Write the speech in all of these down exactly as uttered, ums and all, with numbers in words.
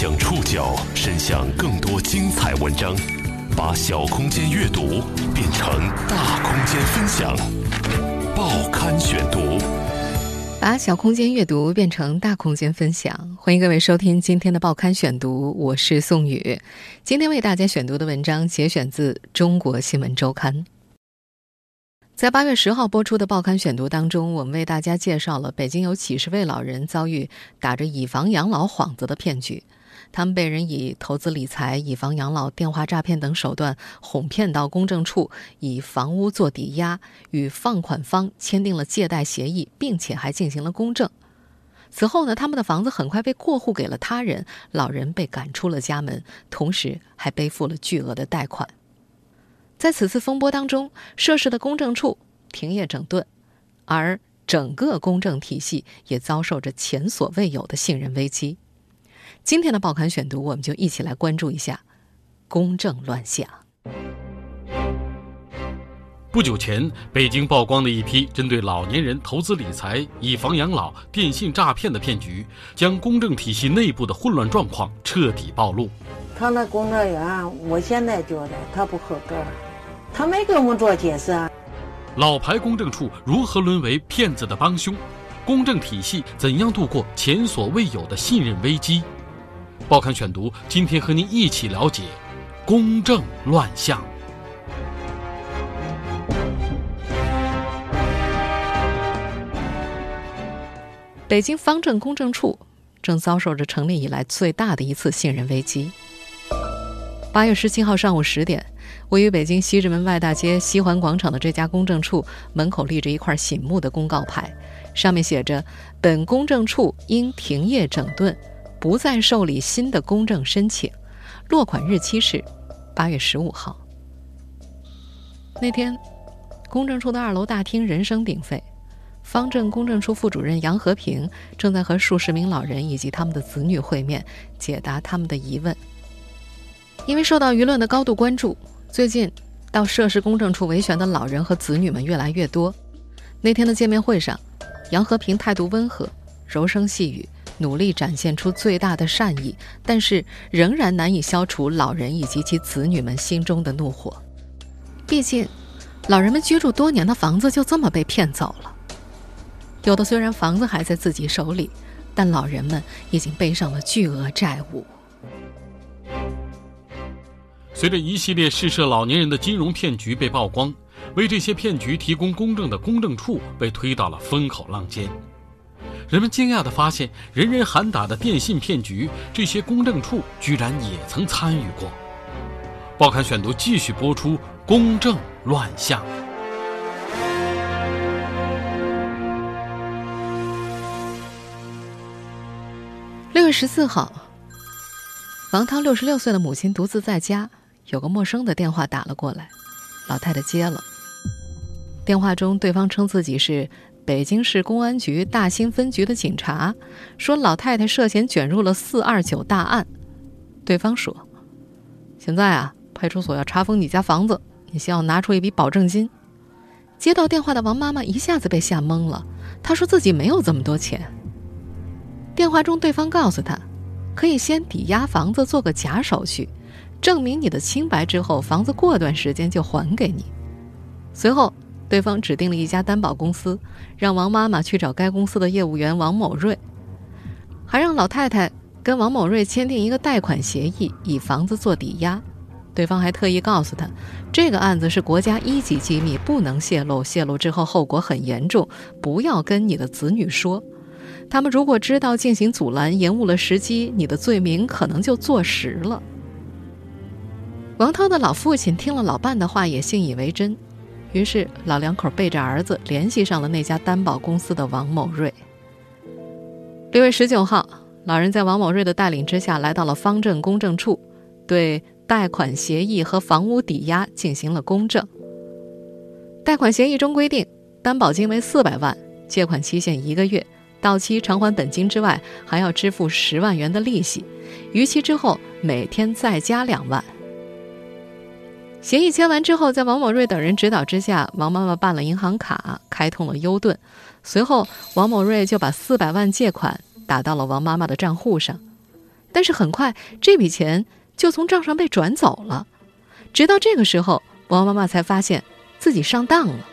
将触角伸向更多精彩文章，把小空间阅读变成大空间分享。报刊选读， 把小空间阅读变成大空间分享。欢迎各位收听今天的报刊选读，我是宋宇。今天为大家选读的文章节选自《中国新闻周刊》。在八月十号播出的报刊选读当中，我们为大家介绍了北京有几十位老人遭遇打着以房养老幌子的骗局。他们被人以投资理财、以房养老、电话诈骗等手段哄骗到公证处，以房屋做抵押，与放款方签订了借贷协议，并且还进行了公证。此后呢，他们的房子很快被过户给了他人，老人被赶出了家门，同时还背负了巨额的贷款。在此次风波当中，涉事的公证处停业整顿，而整个公证体系也遭受着前所未有的信任危机。今天的报刊选读，我们就一起来关注一下公证乱象。 不久前，北京曝光的一批针对老年人投资理财、以房养老、电信诈骗的骗局，将公证体系内部的混乱状况彻底暴露。 他那公证员，我现在觉得他不合格，他没给我们做解释啊。 老牌公证处如何沦为骗子的帮凶？公证体系怎样度过前所未有的信任危机？报刊选读今天和您一起了解公证乱象。 北京方正公证处正遭受着成立以来最大的一次信任危机。八月十七号上午十点，位于北京西直门外大街西环广场的这家公证处门口立着一块醒目的公告牌，上面写着：本公证处因停业整顿，不再受理新的公证申请，落款日期是八月十五号。那天，公证处的二楼大厅人声鼎沸，方正公证处副主任杨和平正在和数十名老人以及他们的子女会面，解答他们的疑问。因为受到舆论的高度关注，最近到涉事公证处维权的老人和子女们越来越多。那天的见面会上，杨和平态度温和，柔声细语，努力展现出最大的善意，但是仍然难以消除老人以及其子女们心中的怒火。毕竟老人们居住多年的房子就这么被骗走了，有的虽然房子还在自己手里，但老人们已经背上了巨额债务。 随着一系列试涉老年人的金融骗局被曝光，为这些骗局提供公证的公证处被推到了风口浪尖。人们惊讶地发现，人人喊打的电信骗局，这些公证处居然也曾参与过。报刊选读继续播出公证乱象。 六月十四号，王涛六十六岁的母亲独自在家，有个陌生的电话打了过来，老太太接了。电话中，对方称自己是北京市公安局大兴分局的警察，说老太太涉嫌卷入了四二九大案。对方说：现在啊，派出所要查封你家房子，你先要拿出一笔保证金。接到电话的王妈妈一下子被吓懵了，她说自己没有这么多钱。电话中对方告诉她，可以先抵押房子做个假手续，证明你的清白之后，房子过段时间就还给你。随后对方指定了一家担保公司，让王妈妈去找该公司的业务员王某瑞，还让老太太跟王某瑞签订一个贷款协议，以房子做抵押。对方还特意告诉他，这个案子是国家一级机密，不能泄露，泄露之后后果很严重，不要跟你的子女说，他们如果知道进行阻拦，延误了时机，你的罪名可能就坐实了。王涛的老父亲听了老伴的话也信以为真，于是老两口背着儿子联系上了那家担保公司的王某瑞。六月十九号，老人在王某瑞的带领之下来到了方正公证处，对贷款协议和房屋抵押进行了公证。贷款协议中规定，担保金为四百万，借款期限一个月，到期偿还本金之外，还要支付十万元的利息，逾期之后每天再加两万。协议签完之后，在王某瑞等人指导之下，王妈妈办了银行卡，开通了优盾。随后王某瑞就把四百万借款打到了王妈妈的账户上。 但是很快这笔钱就从账上被转走了。直到这个时候，王妈妈才发现自己上当了。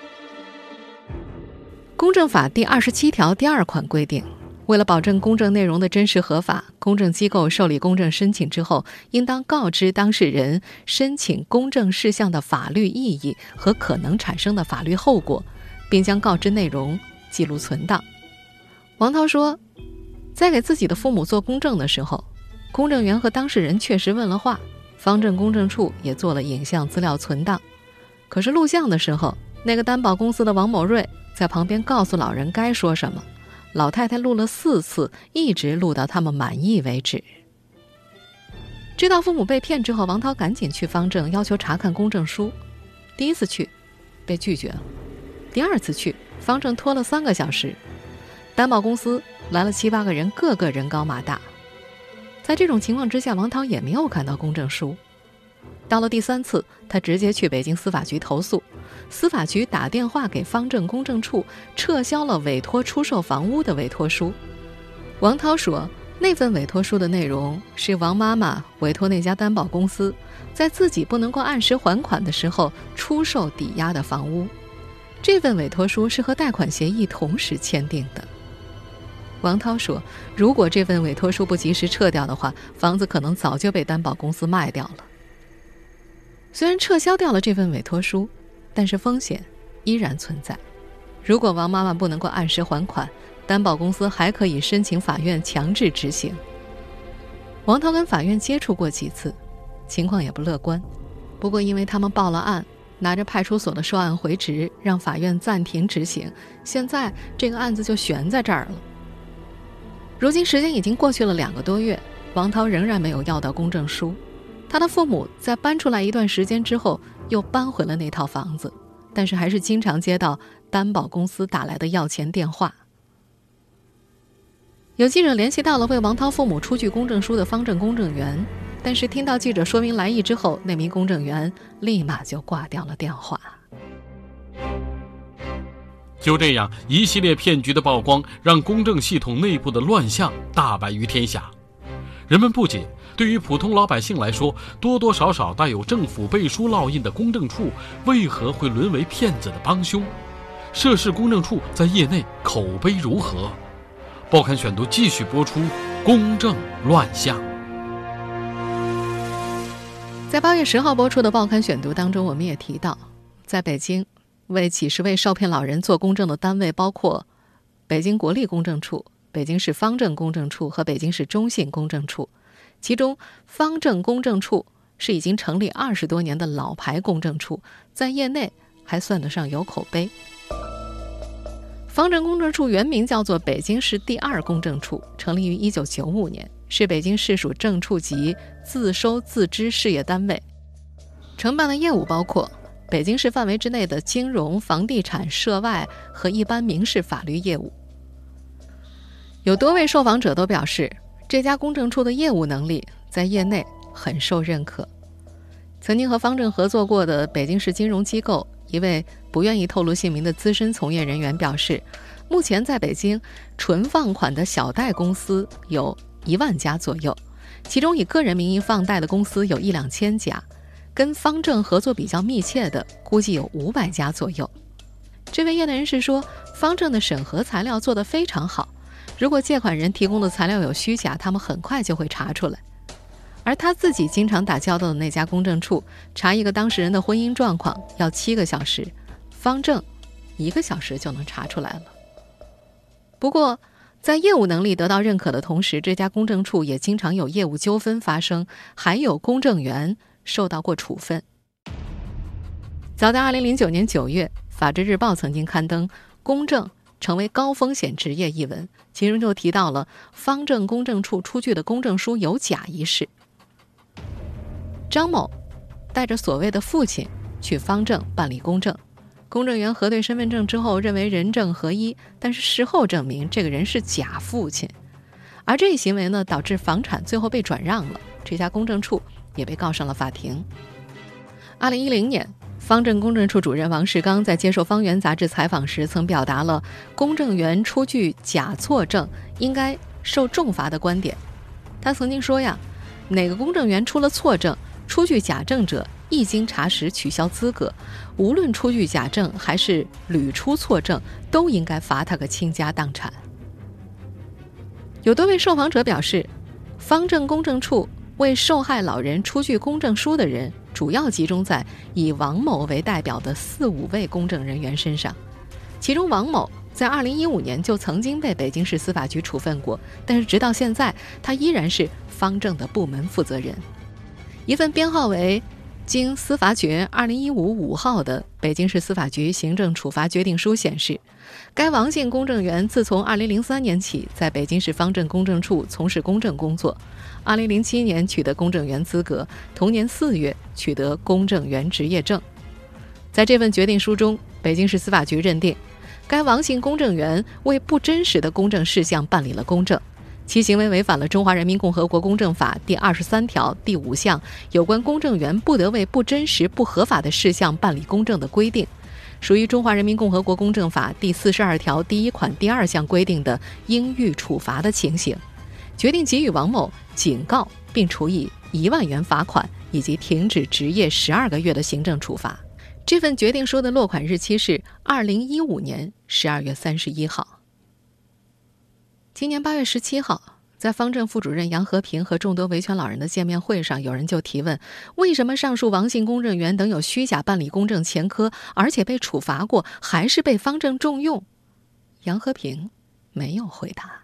公证法第二十七条第二款规定，为了保证公证内容的真实合法，公证机构受理公证申请之后，应当告知当事人申请公证事项的法律意义和可能产生的法律后果，并将告知内容记录存档。王涛说，在给自己的父母做公证的时候，公证员和当事人确实问了话，方正公证处也做了影像资料存档。可是录像的时候，那个担保公司的王某瑞在旁边告诉老人该说什么，老太太录了四次，一直录到他们满意为止。知道父母被骗之后，王涛赶紧去方正要求查看公证书。第一次去被拒绝了，第二次去方正拖了三个小时，担保公司来了七八个人，个个人高马大。在这种情况之下，王涛也没有看到公证书。到了第三次，他直接去北京司法局投诉，司法局打电话给方正公证处，撤销了委托出售房屋的委托书。王涛说，那份委托书的内容是王妈妈委托那家担保公司，在自己不能够按时还款的时候出售抵押的房屋。这份委托书是和贷款协议同时签订的。王涛说，如果这份委托书不及时撤掉的话，房子可能早就被担保公司卖掉了。虽然撤销掉了这份委托书，但是风险依然存在。如果王妈妈不能够按时还款，担保公司还可以申请法院强制执行。王涛跟法院接触过几次，情况也不乐观。不过因为他们报了案，拿着派出所的受案回执，让法院暂停执行，现在这个案子就悬在这儿了。如今时间已经过去了两个多月，王涛仍然没有要到公证书。他的父母在搬出来一段时间之后，又搬回了那套房子，但是还是经常接到担保公司打来的要钱电话。有记者联系到了为王涛父母出具公证书的方正公证员，但是听到记者说明来意之后，那名公证员立马就挂掉了电话。 就这样，一系列骗局的曝光，让公证系统内部的乱象大白于天下。人们不解，对于普通老百姓来说，多多少少带有政府背书烙印的公证处，为何会沦为骗子的帮凶？涉事公证处在业内口碑如何？报刊选读继续播出公证乱象。 在八月十号播出的报刊选读当中，我们也提到，在北京为几十位受骗老人做公证的单位包括北京国立公证处、北京市方正公证处和北京市中信公证处。其中方正公证处是已经成立二十多年的老牌公证处，在业内还算得上有口碑。方正公证处原名叫做北京市第二公证处，成立于一九九五年，是北京市属正处级自收自支事业单位，承办的业务包括北京市范围之内的金融、房地产、涉外和一般民事法律业务。有多位受访者都表示，这家公证处的业务能力在业内很受认可。曾经和方正合作过的北京市金融机构一位不愿意透露姓名的资深从业人员表示，目前在北京纯放款的小贷公司有一万家左右，其中以个人名义放贷的公司有一两千家，跟方正合作比较密切的估计有五百家左右。这位业内人士说，方正的审核材料做得非常好，如果借款人提供的材料有虚假，他们很快就会查出来。而他自己经常打交道的那家公证处，查一个当事人的婚姻状况要七个小时，方正一个小时就能查出来了。不过在业务能力得到认可的同时，这家公证处也经常有业务纠纷发生，还有公证员受到过处分。早在二零零九年九月，法制日报曾经刊登公证成为高风险职业一文，其中就提到了方正公证处出具的公证书有假一事。张某带着所谓的父亲去方正办理公证，公证员核对身份证之后认为人证合一，但是事后证明这个人是假父亲。而这一行为呢，导致房产最后被转让了，这家公证处也被告上了法庭。二零一零年，方正公证处主任王世刚在接受《方圆》杂志采访时，曾表达了公证员出具假错证应该受重罚的观点。 他曾经说呀，哪个公证员出了错证，出具假证者一经查实取消资格，无论出具假证还是屡出错证，都应该罚他个倾家荡产。有多位受访者表示，方正公证处为受害老人出具公证书的人主要集中在以王某为代表的四五位公证人员身上，其中王某在二零一五年就曾经被北京市司法局处分过，但是直到现在他依然是方正的部门负责人。一份编号为经司法决二零一五五号的北京市司法局行政处罚决定书显示，该王姓公证员自从二零零三年起在北京市方正公证处从事公证工作，二零零七年取得公证员资格，同年四月取得公证员执业证。在这份决定书中，北京市司法局认定，该王姓公证员为不真实的公证事项办理了公证，其行为违反了《中华人民共和国公证法》第二十三条第五项有关公证员不得为不真实不合法的事项办理公证的规定，属于《中华人民共和国公证法》第四十二条第一款第二项规定的应予处罚的情形，决定给予王某警告并处以一万元罚款以及停止执业十二个月的行政处罚。这份决定书的落款日期是二零一五年十二月三十一号。今年八月十七号，在方正副主任杨和平和众多维权老人的见面会上，有人就提问，为什么上述王姓公证员等有虚假办理公证前科，而且被处罚过，还是被方正重用？杨和平没有回答。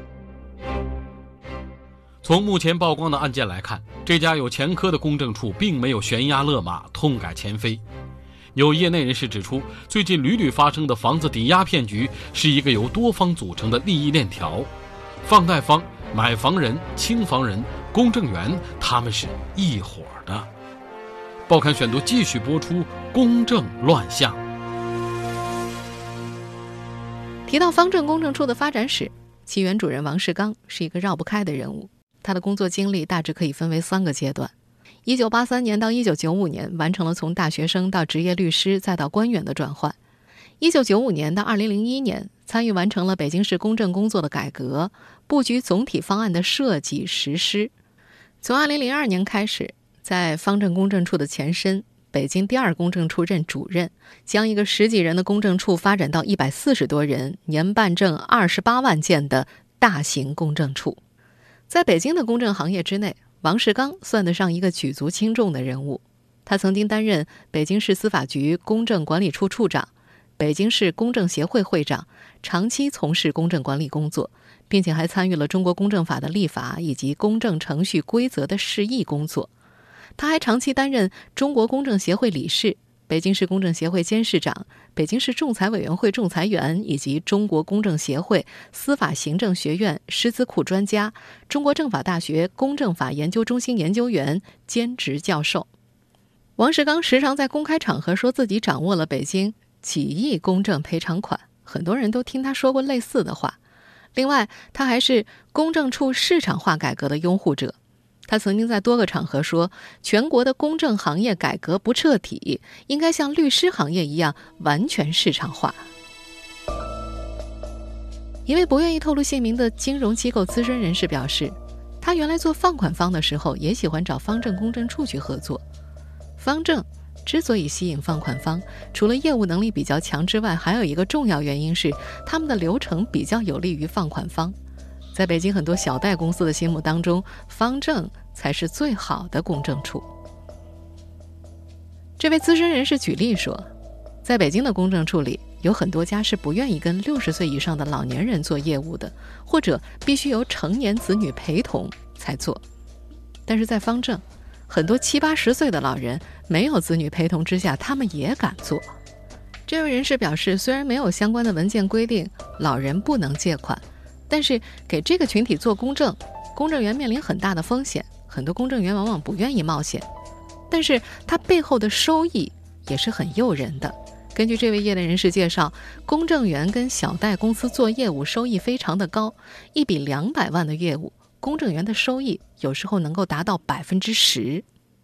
从目前曝光的案件来看，这家有前科的公证处并没有悬崖勒马、痛改前非。有业内人士指出，最近屡屡发生的房子抵押骗局是一个由多方组成的利益链条，放贷方、买房人、清房人、公证员，他们是一伙的。报刊选读继续播出公证乱象。 提到方正公证处的发展史，其原主人王世刚是一个绕不开的人物。他的工作经历大致可以分为三个阶段。一九八三年到一九九五年完成了从大学生到职业律师再到官员的转换。一九九五年到二零零一年参与完成了北京市公证工作的改革，布局总体方案的设计实施。从二零零二年开始，在方正公证处的前身北京第二公证处任主任，将一个十几人的公证处发展到一百四十多人，年办证二十八万件的大型公证处。在北京的公证行业之内，王世刚算得上一个举足轻重的人物。他曾经担任北京市司法局公证管理处处长、北京市公证协会会长，长期从事公证管理工作，并且还参与了中国公证法的立法以及公证程序规则的释义工作。他还长期担任中国公证协会理事、北京市公证协会监事长、北京市仲裁委员会仲裁员以及中国公证协会司法行政学院师资库专家、中国政法大学公证法研究中心研究员、兼职教授。王世刚时常在公开场合说自己掌握了北京几亿公证赔偿款，很多人都听他说过类似的话。另外，他还是公证处市场化改革的拥护者。他曾经在多个场合说，全国的公证行业改革不彻底，应该像律师行业一样完全市场化。一位不愿意透露姓名的金融机构资深人士表示，他原来做放款方的时候也喜欢找方正公证处去合作。方正之所以吸引放款方，除了业务能力比较强之外，还有一个重要原因是他们的流程比较有利于放款方。在北京很多小贷公司的心目当中，方正才是最好的公证处。这位资深人士举例说，在北京的公证处里，有很多家是不愿意跟六十岁以上的老年人做业务的，或者必须由成年子女陪同才做。但是在方正，很多七八十岁的老人没有子女陪同之下，他们也敢做。这位人士表示，虽然没有相关的文件规定老人不能借款，但是给这个群体做公证，公证员面临很大的风险，很多公证员往往不愿意冒险，但是它背后的收益也是很诱人的。根据这位业内人士介绍，公证员跟小贷公司做业务收益非常的高，一笔两百万的业务，公证员的收益有时候能够达到百分之十。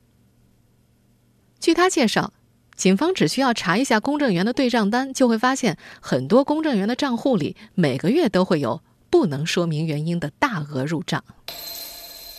据他介绍，警方只需要查一下公证员的对账单，就会发现很多公证员的账户里每个月都会有不能说明原因的大额入账。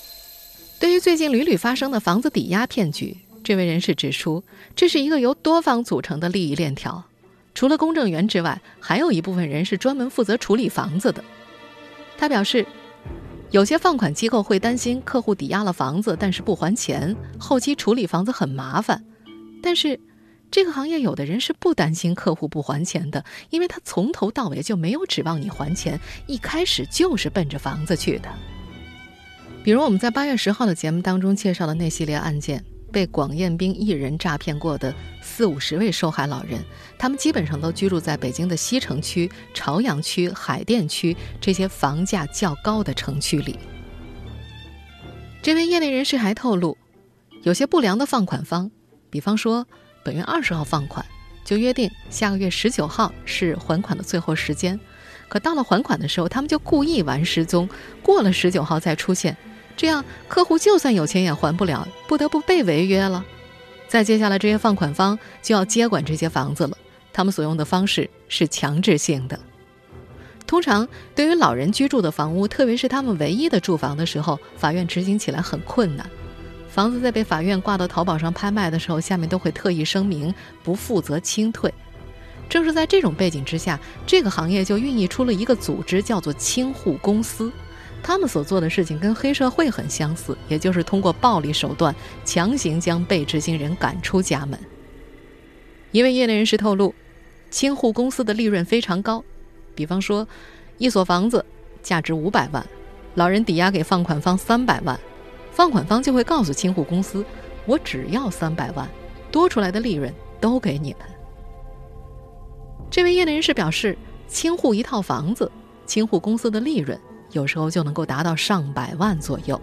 对于最近屡屡发生的房子抵押骗局，这位人士指出，这是一个由多方组成的利益链条。除了公证员之外，还有一部分人是专门负责处理房子的。他表示，有些放款机构会担心客户抵押了房子，但是不还钱，后期处理房子很麻烦。但是这个行业有的人是不担心客户不还钱的，因为他从头到尾就没有指望你还钱，一开始就是奔着房子去的。比如我们在八月十号的节目当中介绍的那系列案件，被广彦斌一人诈骗过的四五十位受害老人，他们基本上都居住在北京的西城区、朝阳区、海淀区这些房价较高的城区里。这位业内人士还透露，有些不良的放款方，比方说本月二十号放款，就约定下个月十九号是还款的最后时间，可到了还款的时候，他们就故意玩失踪，过了十九号再出现，这样客户就算有钱也还不了，不得不被违约了。再接下来这些放款方就要接管这些房子了，他们所用的方式是强制性的。通常对于老人居住的房屋，特别是他们唯一的住房的时候，法院执行起来很困难。房子在被法院挂到淘宝上拍卖的时候，下面都会特意声明不负责清退。正是在这种背景之下，这个行业就孕育出了一个组织，叫做清户公司。他们所做的事情跟黑社会很相似，也就是通过暴力手段强行将被执行人赶出家门。一位业内人士透露，清户公司的利润非常高，比方说一所房子价值五百万，老人抵押给放款方三百万，放款方就会告诉清户公司，我只要三百万，多出来的利润都给你们。这位业内人士表示，清户一套房子，清户公司的利润有时候就能够达到上百万左右。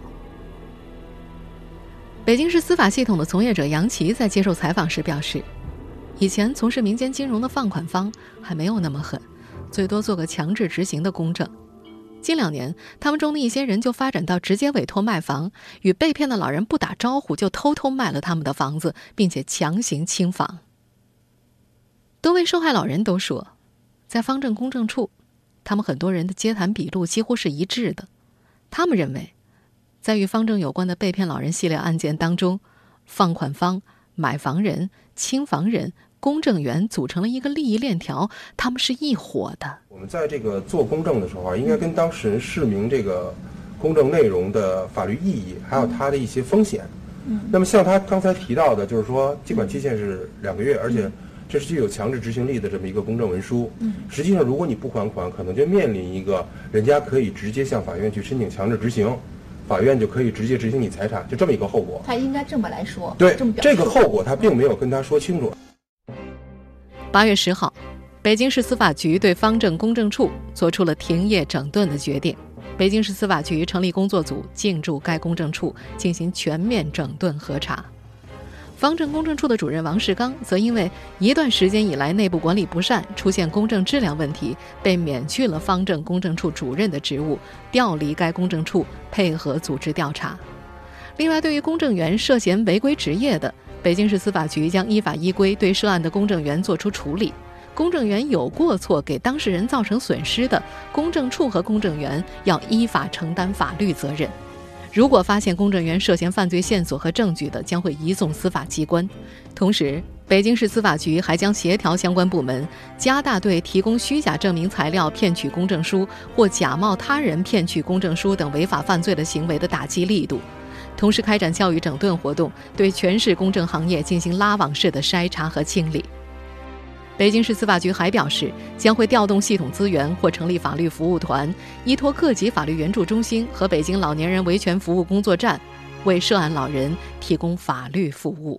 北京市司法系统的从业者杨琦在接受采访时表示，以前从事民间金融的放款方还没有那么狠，最多做个强制执行的公证。近两年，他们中的一些人就发展到直接委托卖房，与被骗的老人不打招呼就偷偷卖了他们的房子，并且强行清房。多位受害老人都说，在方正公证处，他们很多人的接谈笔录几乎是一致的。他们认为，在与方正有关的被骗老人系列案件当中，放款方、买房人、清房人、公证员组成了一个利益链条，他们是一伙的。 我们在这个做公证的时候啊，应该跟当事人释明这个公证内容的法律意义，还有它的一些风险。嗯，那么像他刚才提到的，就是说借款期限是两个月，而且这是具有强制执行力的这么一个公证文书。嗯，实际上如果你不还款，可能就面临一个人家可以直接向法院去申请强制执行，法院就可以直接执行你财产，就这么一个后果。 他应该这么来说。 对， 这么表述。 这个后果他并没有跟他说清楚。 八月十号，北京市司法局对方正公证处做出了停业整顿的决定。北京市司法局成立工作组，进驻该公证处进行全面整顿核查。方正公证处的主任王世刚则因为一段时间以来内部管理不善，出现公证质量问题，被免去了方正公证处主任的职务，调离该公证处配合组织调查。另外，对于公证员涉嫌违规执业的，北京市司法局将依法依规对涉案的公证员作出处理。公证员有过错给当事人造成损失的，公证处和公证员要依法承担法律责任。如果发现公证员涉嫌犯罪线索和证据的，将会移送司法机关。同时，北京市司法局还将协调相关部门，加大对提供虚假证明材料骗取公证书或假冒他人骗取公证书等违法犯罪的行为的打击力度。同时开展教育整顿活动，对全市公证行业进行拉网式的筛查和清理。北京市司法局还表示，将会调动系统资源或成立法律服务团，依托各级法律援助中心和北京老年人维权服务工作站，为涉案老人提供法律服务。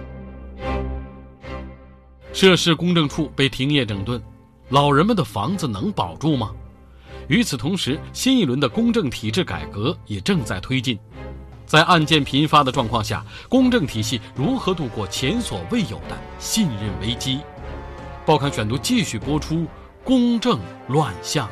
涉事公证处被停业整顿，老人们的房子能保住吗？与此同时，新一轮的公证体制改革也正在推进。在案件频发的状况下，公证体系如何度过前所未有的信任危机？报刊选读继续播出公证乱象。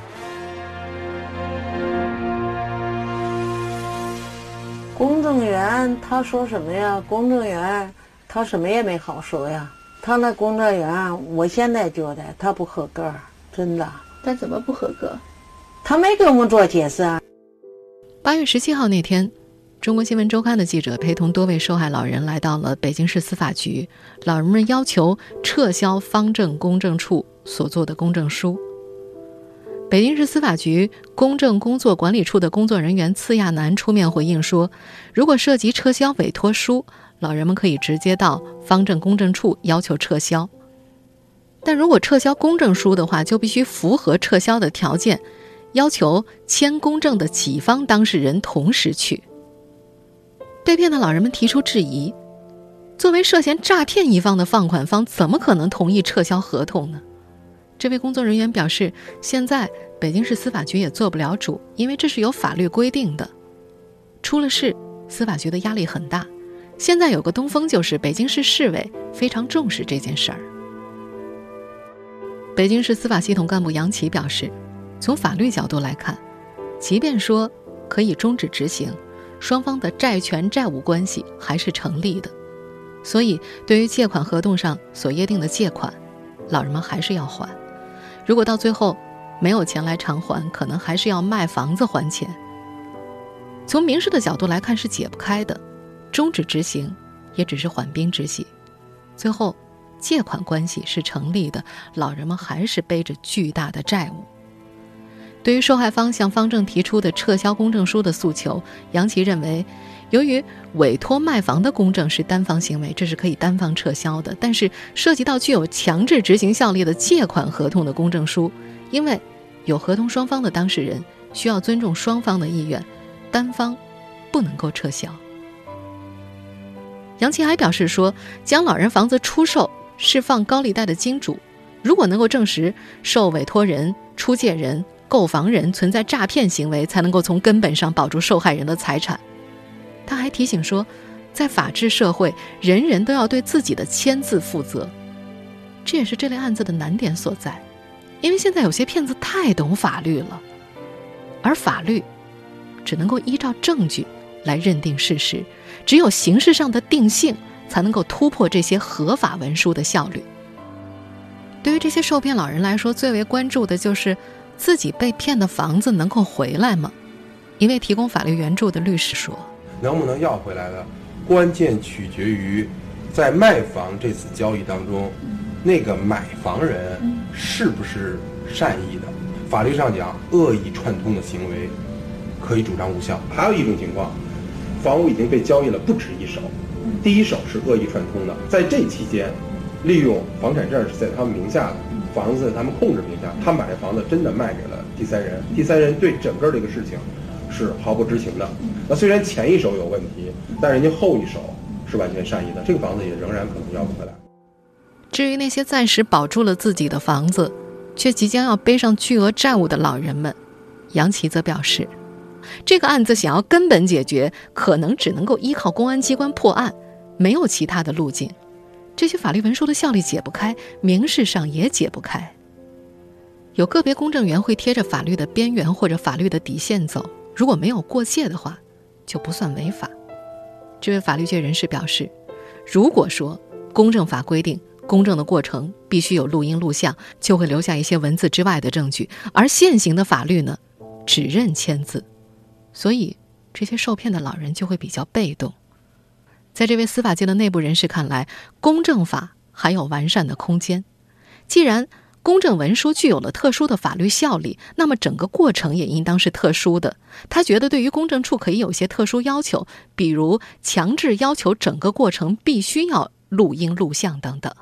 公证员他说什么呀？公证员他什么也没好说呀。他那公证员，我现在觉得他不合格，真的。 他怎么不合格？ 他没给我们做解释啊。 八月十七号那天， 中国新闻周刊的记者陪同多位受害老人来到了北京市司法局，老人们要求撤销方正公证处所做的公证书。北京市司法局公证工作管理处的工作人员次亚楠出面回应说，如果涉及撤销委托书，老人们可以直接到方正公证处要求撤销。但如果撤销公证书的话，就必须符合撤销的条件，要求签公证的己方当事人同时去。被骗的老人们提出质疑，作为涉嫌诈骗一方的放款方，怎么可能同意撤销合同呢？这位工作人员表示，现在北京市司法局也做不了主，因为这是有法律规定的。出了事，司法局的压力很大。现在有个东风，就是北京市市委非常重视这件事儿。北京市司法系统干部杨琦表示，从法律角度来看，即便说可以终止执行，双方的债权债务关系还是成立的。所以对于借款合同上所约定的借款，老人们还是要还。如果到最后没有钱来偿还，可能还是要卖房子还钱。从民事的角度来看是解不开的，终止执行也只是缓兵之计。最后借款关系是成立的，老人们还是背着巨大的债务。对于受害方向方正提出的撤销公证书的诉求，杨琦认为，由于委托卖房的公证是单方行为，这是可以单方撤销的，但是涉及到具有强制执行效力的借款合同的公证书，因为有合同双方的当事人需要尊重双方的意愿，单方不能够撤销。杨琦还表示说，将老人房子出售释放高利贷的金主，如果能够证实受委托人、出借人、购房人存在诈骗行为，才能够从根本上保住受害人的财产。他还提醒说，在法治社会，人人都要对自己的签字负责，这也是这类案子的难点所在。因为现在有些骗子太懂法律了，而法律只能够依照证据来认定事实，只有形式上的定性才能够突破这些合法文书的效率。对于这些受骗老人来说，最为关注的就是自己被骗的房子能够回来吗？一位提供法律援助的律师说， 能不能要回来的关键取决于在卖房这次交易当中，那个买房人是不是善意的。法律上讲，恶意串通的行为可以主张无效。还有一种情况，房屋已经被交易了不止一手，第一手是恶意串通的，在这期间利用房产证是在他们名下的，房子在他们控制名下，他把这房子真的卖给了第三人，第三人对整个这个事情是毫不知情的。那虽然前一手有问题，但人家后一手是完全善意的，这个房子也仍然可能要不回来。 至于那些暂时保住了自己的房子，却即将要背上巨额债务的老人们，杨琦则表示，这个案子想要根本解决，可能只能够依靠公安机关破案，没有其他的路径。这些法律文书的效力解不开，民事上也解不开。有个别公证员会贴着法律的边缘或者法律的底线走，如果没有过界的话，就不算违法。这位法律界人士表示，如果说公证法规定公证的过程必须有录音录像，就会留下一些文字之外的证据，而现行的法律呢，只认签字，所以这些受骗的老人就会比较被动。在这位司法界的内部人士看来，公证法还有完善的空间。既然公证文书具有了特殊的法律效力，那么整个过程也应当是特殊的。他觉得对于公证处可以有些特殊要求，比如强制要求整个过程必须要录音录像等等。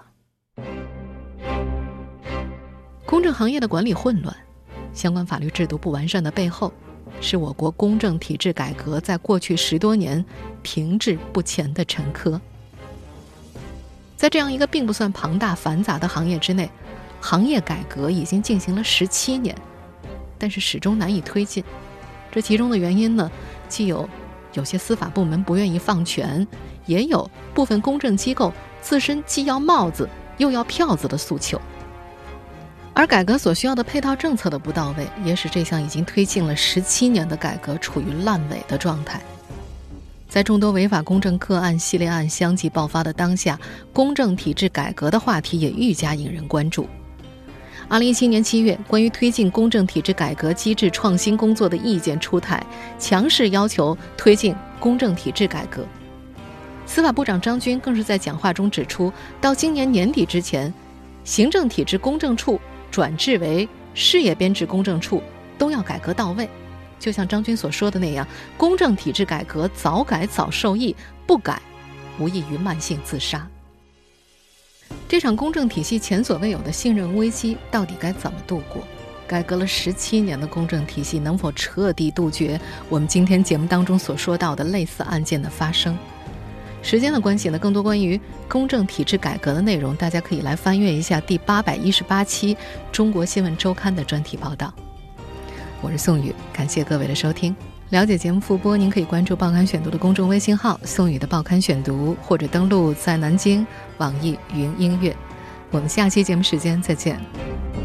公证行业的管理混乱，相关法律制度不完善的背后，是我国公证体制改革在过去十多年停滞不前的沉疴。在这样一个并不算庞大繁杂的行业之内，行业改革已经进行了十七年，但是始终难以推进。这其中的原因呢，既有有些司法部门不愿意放权，也有部分公证机构自身既要帽子又要票子的诉求。而改革所需要的配套政策的不到位，也使这项已经推进了十七年的改革处于烂尾的状态。在众多违法公证个案系列案相继爆发的当下，公证体制改革的话题也愈加引人关注。 二零一七年七月，关于推进公正体制改革机制创新工作的意见出台，强势要求推进公正体制改革。司法部长张军更是在讲话中指出，到今年年底之前，行政体制公正处转制为事业编制公正处都要改革到位。就像张军所说的那样，公正体制改革早改早受益，不改无异于慢性自杀。这场公正体系前所未有的信任危机到底该怎么度过？改革了十七年的公正体系能否彻底杜绝我们今天节目当中所说到的类似案件的发生？时间的关系呢，更多关于公正体制改革的内容，大家可以来翻阅一下第八百一十八期《中国新闻周刊》的专题报道。我是宋宇，感谢各位的收听。了解节目复播，您可以关注报刊选读的公众微信号宋宇的报刊选读，或者登录在南京网易云音乐。我们下期节目时间再见。